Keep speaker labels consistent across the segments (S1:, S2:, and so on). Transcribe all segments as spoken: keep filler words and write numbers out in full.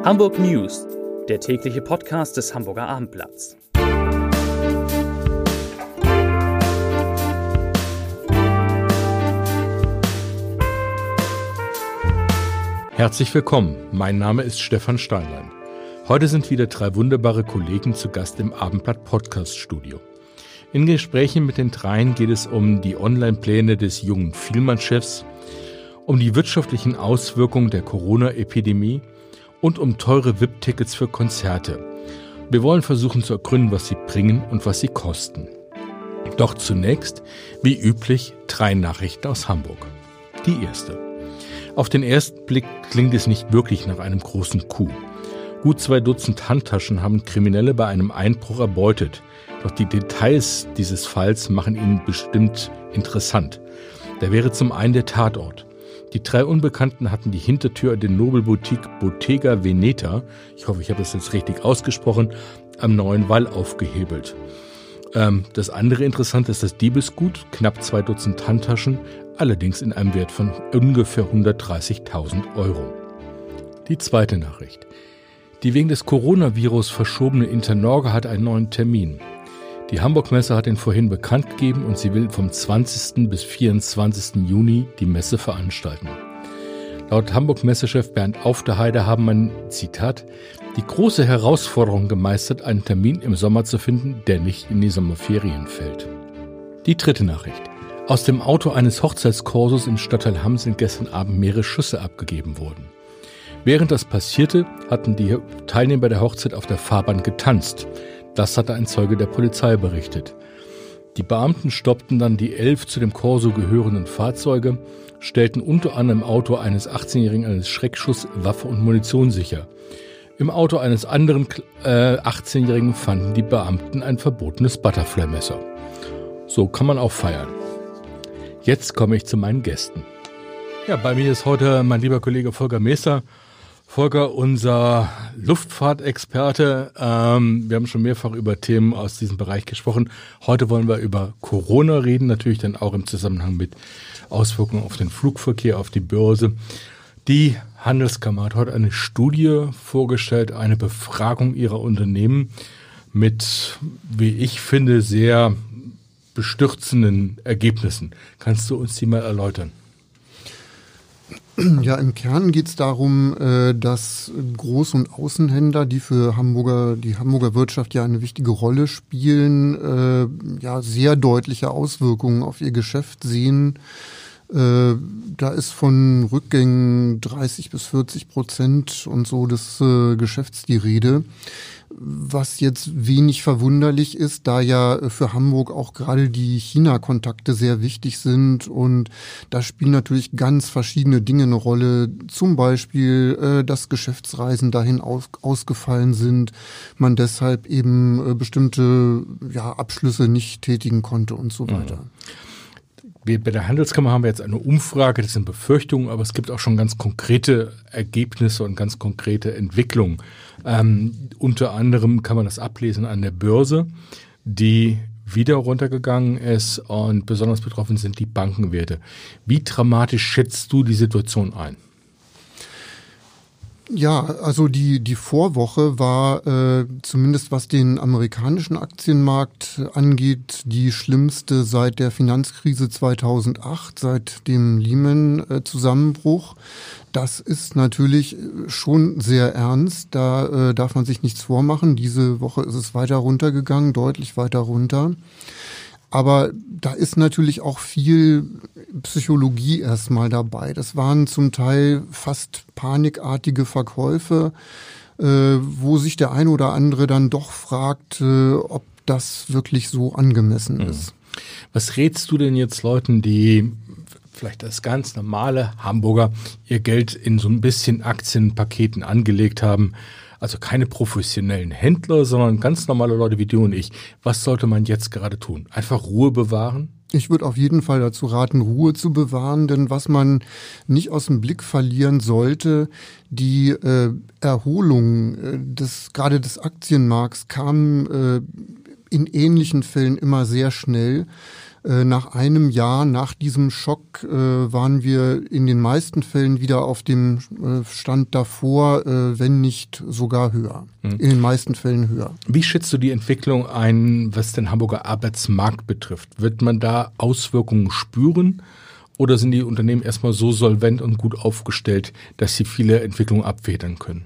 S1: Hamburg News, der tägliche Podcast des Hamburger Abendblatts.
S2: Herzlich willkommen, mein Name ist Stefan Steinlein. Heute sind wieder drei wunderbare Kollegen zu Gast im Abendblatt Podcast Studio. In Gesprächen mit den dreien geht es um die Online-Pläne des jungen Vielmann-Chefs, um die wirtschaftlichen Auswirkungen der Corona-Epidemie und um teure V I P-Tickets für Konzerte. Wir wollen versuchen zu ergründen, was sie bringen und was sie kosten. Doch zunächst, wie üblich, drei Nachrichten aus Hamburg. Die erste. Auf den ersten Blick klingt es nicht wirklich nach einem großen Coup. Gut zwei Dutzend Handtaschen haben Kriminelle bei einem Einbruch erbeutet. Doch die Details dieses Falls machen ihn bestimmt interessant. Da wäre zum einen der Tatort. Die drei Unbekannten hatten die Hintertür der Nobelboutique Bottega Veneta, ich hoffe, ich habe das jetzt richtig ausgesprochen, am Neuen Wall aufgehebelt. Ähm, das andere Interessante ist das Diebesgut, knapp zwei Dutzend Handtaschen, allerdings in einem Wert von ungefähr hundertdreißigtausend Euro. Die zweite Nachricht. Die wegen des Coronavirus verschobene Internorga hat einen neuen Termin. Die Hamburg-Messe hat ihn vorhin bekannt gegeben und sie will vom zwanzigsten bis vierundzwanzigsten Juni die Messe veranstalten. Laut Hamburg-Messechef Bernd Aufderheide haben man, Zitat, die große Herausforderung gemeistert, einen Termin im Sommer zu finden, der nicht in die Sommerferien fällt. Die dritte Nachricht. Aus dem Auto eines Hochzeitskorsos im Stadtteil Hamm sind gestern Abend mehrere Schüsse abgegeben worden. Während das passierte, hatten die Teilnehmer der Hochzeit auf der Fahrbahn getanzt. Das hatte ein Zeuge der Polizei berichtet. Die Beamten stoppten dann die elf zu dem Corso gehörenden Fahrzeuge, stellten unter anderem im Auto eines achtzehnjährigen eines Schreckschuss, Waffe und Munition sicher. Im Auto eines anderen äh, achtzehnjährigen fanden die Beamten ein verbotenes Butterfly-Messer. So kann man auch feiern. Jetzt komme ich zu meinen Gästen. Ja, bei mir ist heute mein lieber Kollege Volker Meester. Volker, unser Luftfahrtexperte. Ähm, wir haben schon mehrfach über Themen aus diesem Bereich gesprochen. Heute wollen wir über Corona reden, natürlich dann auch im Zusammenhang mit Auswirkungen auf den Flugverkehr, auf die Börse. Die Handelskammer hat heute eine Studie vorgestellt, eine Befragung ihrer Unternehmen mit, wie ich finde, sehr bestürzenden Ergebnissen. Kannst du uns die mal erläutern?
S3: Ja, im Kern geht es darum, dass Groß- und Außenhändler, die für Hamburger, die Hamburger Wirtschaft ja eine wichtige Rolle spielen, ja sehr deutliche Auswirkungen auf ihr Geschäft sehen. Da ist von Rückgängen dreißig bis vierzig Prozent und so des Geschäfts die Rede. Was jetzt wenig verwunderlich ist, da ja für Hamburg auch gerade die China-Kontakte sehr wichtig sind und da spielen natürlich ganz verschiedene Dinge eine Rolle. Zum Beispiel, dass Geschäftsreisen dahin aus, ausgefallen sind, man deshalb eben bestimmte ja, Abschlüsse nicht tätigen konnte und so weiter.
S2: Mhm. Wir, bei der Handelskammer haben wir jetzt eine Umfrage, das sind Befürchtungen, aber es gibt auch schon ganz konkrete Ergebnisse und ganz konkrete Entwicklungen. Ähm, unter anderem kann man das ablesen an der Börse, die wieder runtergegangen ist und besonders betroffen sind die Bankenwerte. Wie dramatisch schätzt du die Situation ein?
S3: Ja, also die die Vorwoche war äh, zumindest was den amerikanischen Aktienmarkt angeht die schlimmste seit der Finanzkrise zweitausendacht, seit dem Lehman-Zusammenbruch. Das ist natürlich schon sehr ernst, da äh, darf man sich nichts vormachen. Diese Woche ist es weiter runtergegangen, deutlich weiter runter. Aber da ist natürlich auch viel Psychologie erstmal dabei. Das waren zum Teil fast panikartige Verkäufe, äh, wo sich der eine oder andere dann doch fragt, äh, ob das wirklich so angemessen ist.
S2: Was rätst du denn jetzt Leuten, die vielleicht als ganz normale Hamburger ihr Geld in so ein bisschen Aktienpaketen angelegt haben? Also keine professionellen Händler, sondern ganz normale Leute wie du und ich. Was sollte man jetzt gerade tun? Einfach Ruhe bewahren?
S3: Ich würde auf jeden Fall dazu raten, Ruhe zu bewahren, denn was man nicht aus dem Blick verlieren sollte, die äh, Erholung äh, des gerade des Aktienmarkts kam äh, in ähnlichen Fällen immer sehr schnell. Nach einem Jahr nach diesem Schock äh, waren wir in den meisten Fällen wieder auf dem äh, Stand davor, äh, wenn nicht sogar höher. Mhm. In den meisten Fällen höher.
S2: Wie schätzt du die Entwicklung ein, was den Hamburger Arbeitsmarkt betrifft? Wird man da Auswirkungen spüren oder sind die Unternehmen erstmal so solvent und gut aufgestellt, dass sie viele Entwicklungen abfedern können?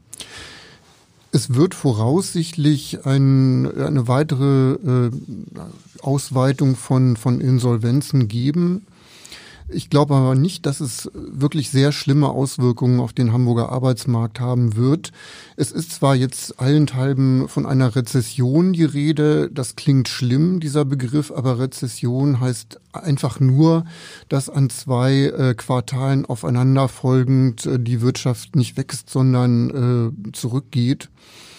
S3: Es wird voraussichtlich ein, eine weitere äh, Ausweitung von, von Insolvenzen geben. Ich glaube aber nicht, dass es wirklich sehr schlimme Auswirkungen auf den Hamburger Arbeitsmarkt haben wird. Es ist zwar jetzt allenthalben von einer Rezession die Rede, das klingt schlimm, dieser Begriff, aber Rezession heißt einfach nur, dass an zwei äh, Quartalen aufeinanderfolgend äh, die Wirtschaft nicht wächst, sondern äh, zurückgeht.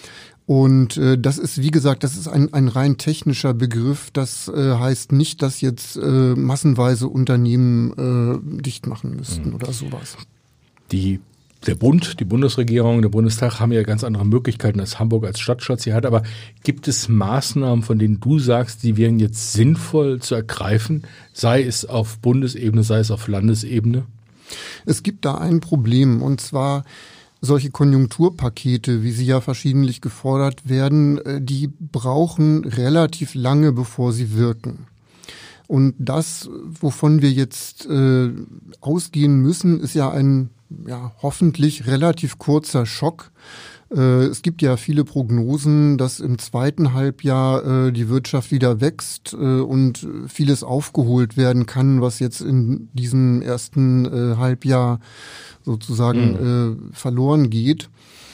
S3: Und äh, das ist, wie gesagt, das ist ein, ein rein technischer Begriff. Das äh, heißt nicht, dass jetzt äh, massenweise Unternehmen äh, dicht machen müssten mhm. oder sowas.
S2: Die, der Bund, die Bundesregierung, der Bundestag haben ja ganz andere Möglichkeiten als Hamburg als Stadtstaat sie hat. Aber gibt es Maßnahmen, von denen du sagst, die wären jetzt sinnvoll zu ergreifen, sei es auf Bundesebene, sei es auf Landesebene?
S3: Es gibt da ein Problem, und zwar solche Konjunkturpakete, wie sie ja verschiedentlich gefordert werden, die brauchen relativ lange, bevor sie wirken. Und das, wovon wir jetzt äh, ausgehen müssen, ist ja ein ja, hoffentlich relativ kurzer Schock. Äh, es gibt ja viele Prognosen, dass im zweiten Halbjahr äh, die Wirtschaft wieder wächst äh, und vieles aufgeholt werden kann, was jetzt in diesem ersten äh, Halbjahr sozusagen mhm. äh, verloren geht.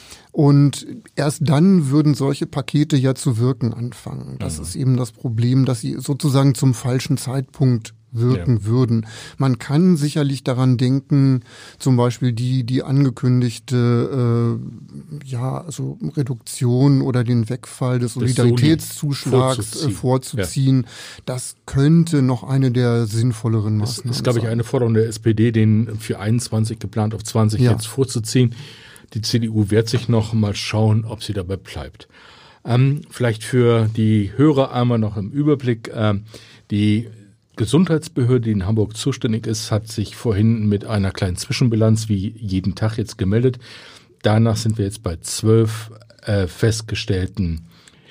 S3: Und erst dann würden solche Pakete ja zu wirken anfangen. Das mhm. ist eben das Problem, dass sie sozusagen zum falschen Zeitpunkt wirken ja. würden. Man kann sicherlich daran denken, zum Beispiel die die angekündigte äh, ja also Reduktion oder den Wegfall des Solidaritätszuschlags vorzuziehen. Äh, vorzuziehen. Ja. Das könnte noch eine der sinnvolleren Maßnahmen sein. Das ist, glaube
S2: ich, eine Forderung der S P D, den für einundzwanzig geplant auf zwanzig ja. jetzt vorzuziehen. Die C D U wird sich noch mal schauen, ob sie dabei bleibt. Ähm, vielleicht für die Hörer einmal noch im Überblick. Ähm, die Gesundheitsbehörde, die in Hamburg zuständig ist, hat sich vorhin mit einer kleinen Zwischenbilanz wie jeden Tag jetzt gemeldet. Danach sind wir jetzt bei zwölf äh, festgestellten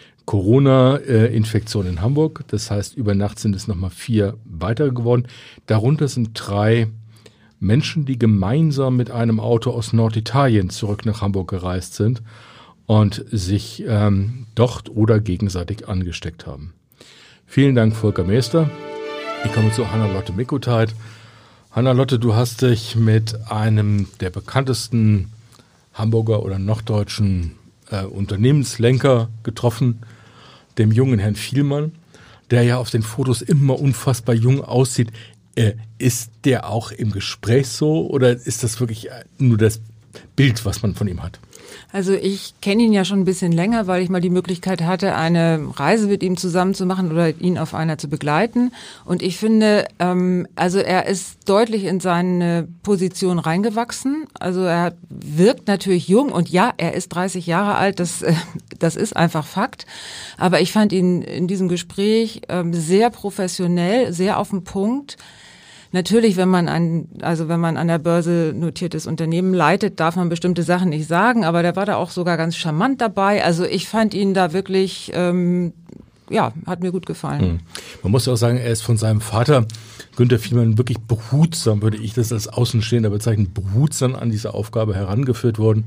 S2: Corona-Infektionen in Hamburg. Das heißt, über Nacht sind es nochmal vier weitere geworden. Darunter sind drei Menschen, die gemeinsam mit einem Auto aus Norditalien zurück nach Hamburg gereist sind und sich ähm, dort oder gegenseitig angesteckt haben. Vielen Dank, Volker Meester. Ich komme zu Hannah-Lotte Mickoteit. Hannah-Lotte, du hast dich mit einem der bekanntesten Hamburger oder norddeutschen äh, Unternehmenslenker getroffen, dem jungen Herrn Vielmann, der ja auf den Fotos immer unfassbar jung aussieht. Äh, ist der auch im Gespräch so oder ist das wirklich nur das Bild, was man von ihm hat?
S4: Also ich kenne ihn ja schon ein bisschen länger, weil ich mal die Möglichkeit hatte, eine Reise mit ihm zusammen zu machen oder ihn auf einer zu begleiten. Und ich finde, ähm, also er ist deutlich in seine Position reingewachsen. Also er wirkt natürlich jung und ja, er ist dreißig Jahre alt, das, äh, das ist einfach Fakt. Aber ich fand ihn in diesem Gespräch ähm, sehr professionell, sehr auf den Punkt. Natürlich, wenn man ein, also wenn man an der Börse notiertes Unternehmen leitet, darf man bestimmte Sachen nicht sagen, aber der war da auch sogar ganz charmant dabei. Also ich fand ihn da wirklich, ähm, ja, hat mir gut gefallen.
S2: Mhm. Man muss auch sagen, er ist von seinem Vater, Günther Vielmann, wirklich behutsam, würde ich das als Außenstehender bezeichnen, behutsam an diese Aufgabe herangeführt worden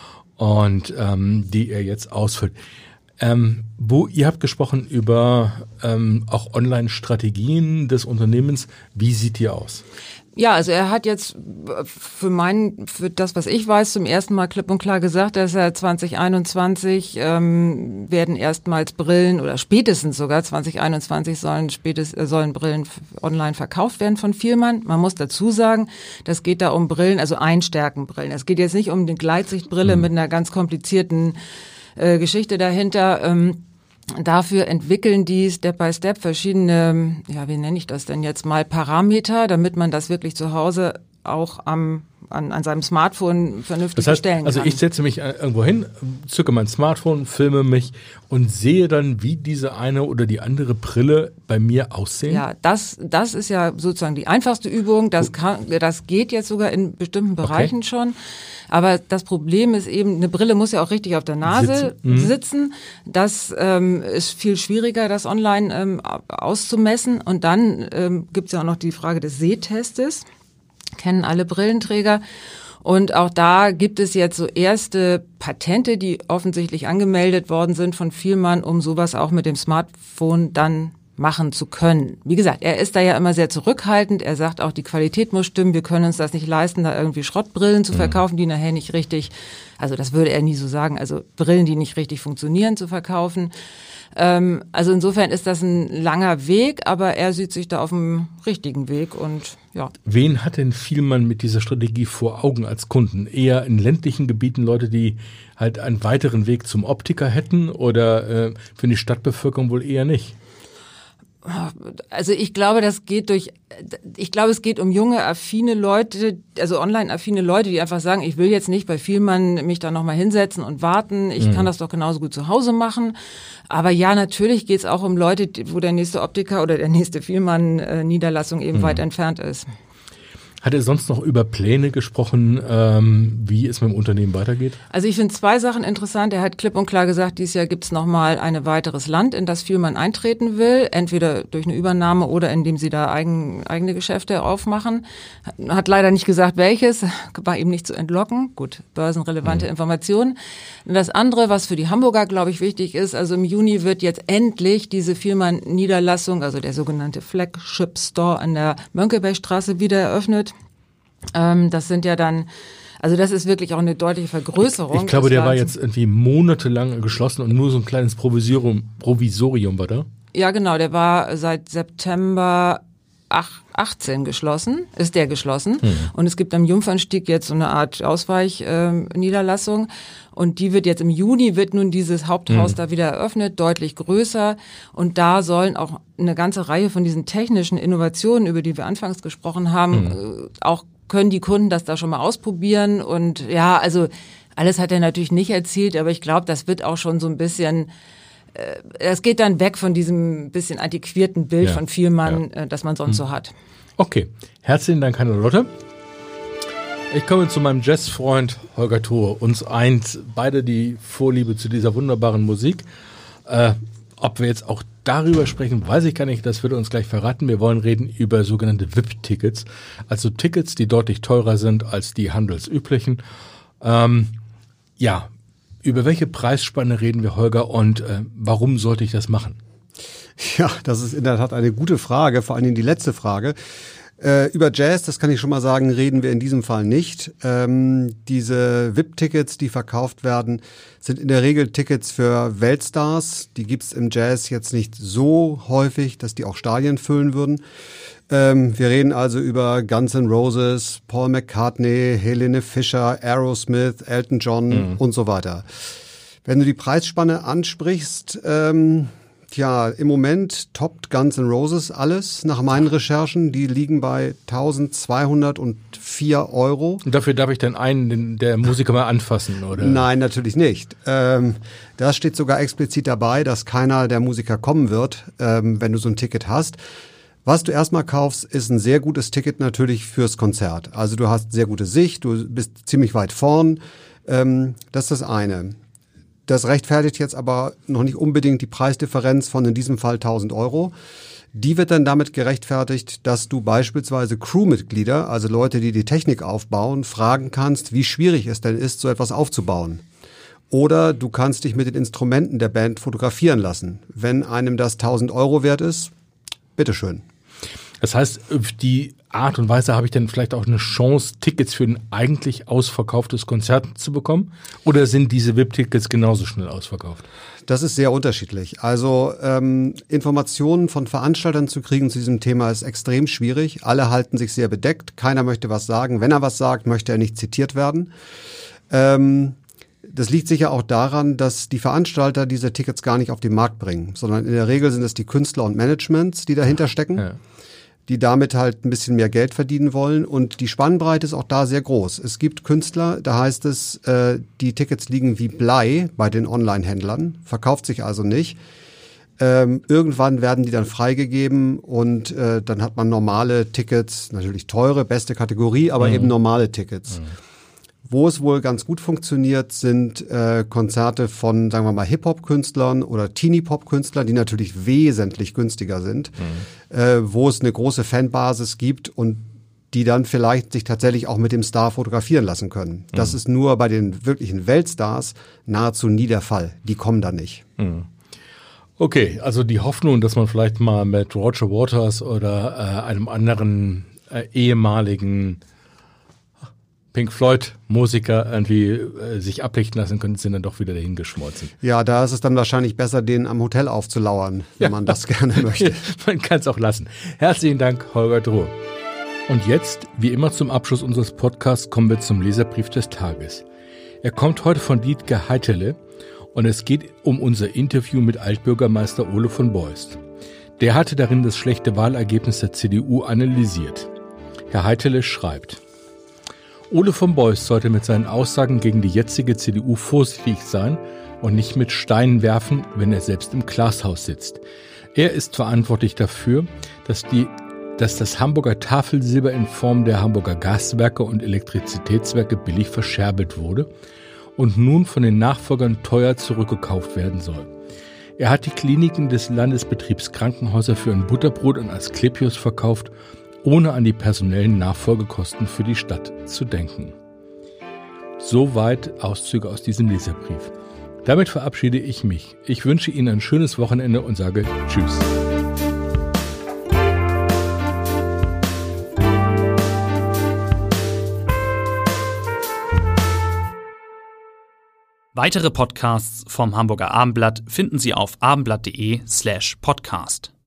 S2: und ähm, die er jetzt ausfüllt. Ähm, wo ihr habt gesprochen über ähm, auch Online-Strategien des Unternehmens. Wie sieht die aus?
S4: Ja, also er hat jetzt für mein, für das, was ich weiß, zum ersten Mal klipp und klar gesagt, dass er zwanzig einundzwanzig ähm, werden erstmals Brillen oder spätestens sogar zwanzig einundzwanzig sollen spätestens sollen Brillen online verkauft werden von Vielmann. Man muss dazu sagen, das geht da um Brillen, also Einstärkenbrillen. Es geht jetzt nicht um eine Gleitsichtbrille mhm. mit einer ganz komplizierten Äh, Geschichte dahinter. Ähm, dafür entwickeln die Step by Step verschiedene, ja, wie nenne ich das denn jetzt mal, Parameter, damit man das wirklich zu Hause auch am an, an seinem Smartphone vernünftig
S2: das heißt,
S4: bestellen
S2: also
S4: kann.
S2: ich setze mich irgendwo hin, zücke mein Smartphone, filme mich und sehe dann, wie diese eine oder die andere Brille bei mir aussehen?
S4: Ja, das, das ist ja sozusagen die einfachste Übung. Das kann, das geht jetzt sogar in bestimmten Bereichen okay. schon. Aber das Problem ist eben, eine Brille muss ja auch richtig auf der Nase sitzen. Mhm. sitzen. Das ähm, ist viel schwieriger, das online ähm, auszumessen. Und dann ähm, gibt es ja auch noch die Frage des Sehtestes. Kennen alle Brillenträger. Und auch da gibt es jetzt so erste Patente, die offensichtlich angemeldet worden sind von Fielmann, um sowas auch mit dem Smartphone dann machen zu können. Wie gesagt, er ist da ja immer sehr zurückhaltend. Er sagt auch, die Qualität muss stimmen. Wir können uns das nicht leisten, da irgendwie Schrottbrillen zu verkaufen, die nachher nicht richtig, also das würde er nie so sagen, also Brillen, die nicht richtig funktionieren, zu verkaufen. Ähm, also insofern ist das ein langer Weg, aber er sieht sich da auf dem richtigen Weg und ja.
S2: Wen hat denn Fielmann mit dieser Strategie vor Augen als Kunden? Eher in ländlichen Gebieten Leute, die halt einen weiteren Weg zum Optiker hätten oder äh, für die Stadtbevölkerung wohl eher nicht?
S4: Also ich glaube, das geht durch, ich glaube, es geht um junge, affine Leute, also online-affine Leute, die einfach sagen, ich will jetzt nicht bei Fielmann mich da nochmal hinsetzen und warten, ich mhm. kann das doch genauso gut zu Hause machen. Aber ja, natürlich geht es auch um Leute, wo der nächste Optiker oder der nächste Fielmann-Niederlassung eben mhm. weit entfernt ist.
S2: Hat er sonst noch über Pläne gesprochen, ähm, wie es mit dem Unternehmen weitergeht?
S4: Also ich finde zwei Sachen interessant. Er hat klipp und klar gesagt, dieses Jahr gibt es nochmal ein weiteres Land, in das Fielmann eintreten will. Entweder durch eine Übernahme oder indem sie da eigen, eigene Geschäfte aufmachen. Hat leider nicht gesagt, welches. War ihm nicht zu entlocken. Gut, börsenrelevante mhm. Informationen. Und das andere, was für die Hamburger, glaube ich, wichtig ist, also im Juni wird jetzt endlich diese Fielmann-Niederlassung, also der sogenannte Flagship Store an der Mönckebergstraße wieder eröffnet. Ähm, das sind ja dann, also das ist wirklich auch eine deutliche Vergrößerung.
S2: Ich glaube, der war jetzt irgendwie monatelang geschlossen und nur so ein kleines Provisorium, Provisorium war da?
S4: Ja, genau, der war seit September achtzehn geschlossen, ist der geschlossen. Hm. Und es gibt am Jungfernstieg jetzt so eine Art Ausweichniederlassung. Ähm, und die wird jetzt im Juni, wird nun dieses Haupthaus hm. da wieder eröffnet, deutlich größer. Und da sollen auch eine ganze Reihe von diesen technischen Innovationen, über die wir anfangs gesprochen haben, hm. äh, auch können die Kunden das da schon mal ausprobieren. Und ja, also alles hat er natürlich nicht erzählt, aber ich glaube, das wird auch schon so ein bisschen... Es geht dann weg von diesem bisschen antiquierten Bild ja, von Fielmann, ja. das man sonst hm. so hat.
S2: Okay, herzlichen Dank, Hannah-Lotte. Ich komme zu meinem Jazzfreund Holger Thor. Uns eint beide die Vorliebe zu dieser wunderbaren Musik. Äh, ob wir jetzt auch darüber sprechen, weiß ich gar nicht. Das wird er uns gleich verraten. Wir wollen reden über sogenannte V I P-Tickets. Also Tickets, die deutlich teurer sind als die handelsüblichen. Ähm, ja, Über welche Preisspanne reden wir, Holger, und äh, warum sollte ich das machen?
S5: Ja, das ist in der Tat eine gute Frage, vor allem die letzte Frage. Äh, über Jazz, das kann ich schon mal sagen, reden wir in diesem Fall nicht. Ähm, diese V I P-Tickets, die verkauft werden, sind in der Regel Tickets für Weltstars. Die gibt's im Jazz jetzt nicht so häufig, dass die auch Stadien füllen würden. Ähm, wir reden also über Guns N' Roses, Paul McCartney, Helene Fischer, Aerosmith, Elton John mhm. und so weiter. Wenn du die Preisspanne ansprichst, ähm, tja, im Moment toppt Guns N' Roses alles nach meinen Recherchen. Die liegen bei eintausendzweihundertvier Euro.
S2: Und dafür darf ich dann einen der Musiker mal anfassen, oder?
S5: Nein, natürlich nicht. Ähm, das steht sogar explizit dabei, dass keiner der Musiker kommen wird, ähm, wenn du so ein Ticket hast. Was du erstmal kaufst, ist ein sehr gutes Ticket natürlich fürs Konzert. Also du hast sehr gute Sicht, du bist ziemlich weit vorn. Ähm, das ist das eine. Das rechtfertigt jetzt aber noch nicht unbedingt die Preisdifferenz von in diesem Fall tausend Euro. Die wird dann damit gerechtfertigt, dass du beispielsweise Crewmitglieder, also Leute, die die Technik aufbauen, fragen kannst, wie schwierig es denn ist, so etwas aufzubauen. Oder du kannst dich mit den Instrumenten der Band fotografieren lassen. Wenn einem das tausend Euro wert ist, bitteschön.
S2: Das heißt, die Art und Weise, habe ich dann vielleicht auch eine Chance, Tickets für ein eigentlich ausverkauftes Konzert zu bekommen? Oder sind diese V I P-Tickets genauso schnell ausverkauft?
S5: Das ist sehr unterschiedlich. Also ähm, Informationen von Veranstaltern zu kriegen zu diesem Thema ist extrem schwierig. Alle halten sich sehr bedeckt. Keiner möchte was sagen. Wenn er was sagt, möchte er nicht zitiert werden. Ähm, Das liegt sicher auch daran, dass die Veranstalter diese Tickets gar nicht auf den Markt bringen, sondern in der Regel sind es die Künstler und Managements, die dahinter stecken. Ja. die damit halt ein bisschen mehr Geld verdienen wollen. Und die Spannbreite ist auch da sehr groß. Es gibt Künstler, da heißt es, äh, die Tickets liegen wie Blei bei den Online-Händlern, verkauft sich also nicht. Ähm, irgendwann werden die dann freigegeben und äh, dann hat man normale Tickets, natürlich teure, beste Kategorie, aber mhm. eben normale Tickets. Mhm. Wo es wohl ganz gut funktioniert, sind äh, Konzerte von, sagen wir mal, Hip-Hop-Künstlern oder Teenie-Pop-Künstlern, die natürlich wesentlich günstiger sind, mhm. äh, wo es eine große Fanbasis gibt und die dann vielleicht sich tatsächlich auch mit dem Star fotografieren lassen können. Das mhm. ist nur bei den wirklichen Weltstars nahezu nie der Fall. Die kommen da nicht.
S2: Mhm. Okay, also die Hoffnung, dass man vielleicht mal mit Roger Waters oder äh, einem anderen äh, ehemaligen Pink Floyd-Musiker irgendwie äh, sich ablichten lassen können, sind dann doch wieder dahin geschmolzen.
S5: Ja, da ist es dann wahrscheinlich besser, denen am Hotel aufzulauern, wenn ja. man das gerne möchte.
S2: Man kann es auch lassen. Herzlichen Dank, Holger Droh. Und jetzt, wie immer zum Abschluss unseres Podcasts, kommen wir zum Leserbrief des Tages. Er kommt heute von Dietger Heitele und es geht um unser Interview mit Altbürgermeister Ole von Beust. Der hatte darin das schlechte Wahlergebnis der C D U analysiert. Herr Heitele schreibt: Ole von Beust sollte mit seinen Aussagen gegen die jetzige C D U vorsichtig sein und nicht mit Steinen werfen, wenn er selbst im Glashaus sitzt. Er ist verantwortlich dafür, dass, die, dass das Hamburger Tafelsilber in Form der Hamburger Gaswerke und Elektrizitätswerke billig verscherbelt wurde und nun von den Nachfolgern teuer zurückgekauft werden soll. Er hat die Kliniken des Landesbetriebs Krankenhäuser für ein Butterbrot an Asklepios verkauft, ohne an die personellen Nachfolgekosten für die Stadt zu denken. Soweit Auszüge aus diesem Leserbrief. Damit verabschiede ich mich. Ich wünsche Ihnen ein schönes Wochenende und sage Tschüss.
S1: Weitere Podcasts vom Hamburger Abendblatt finden Sie auf abendblatt punkt de slash podcast.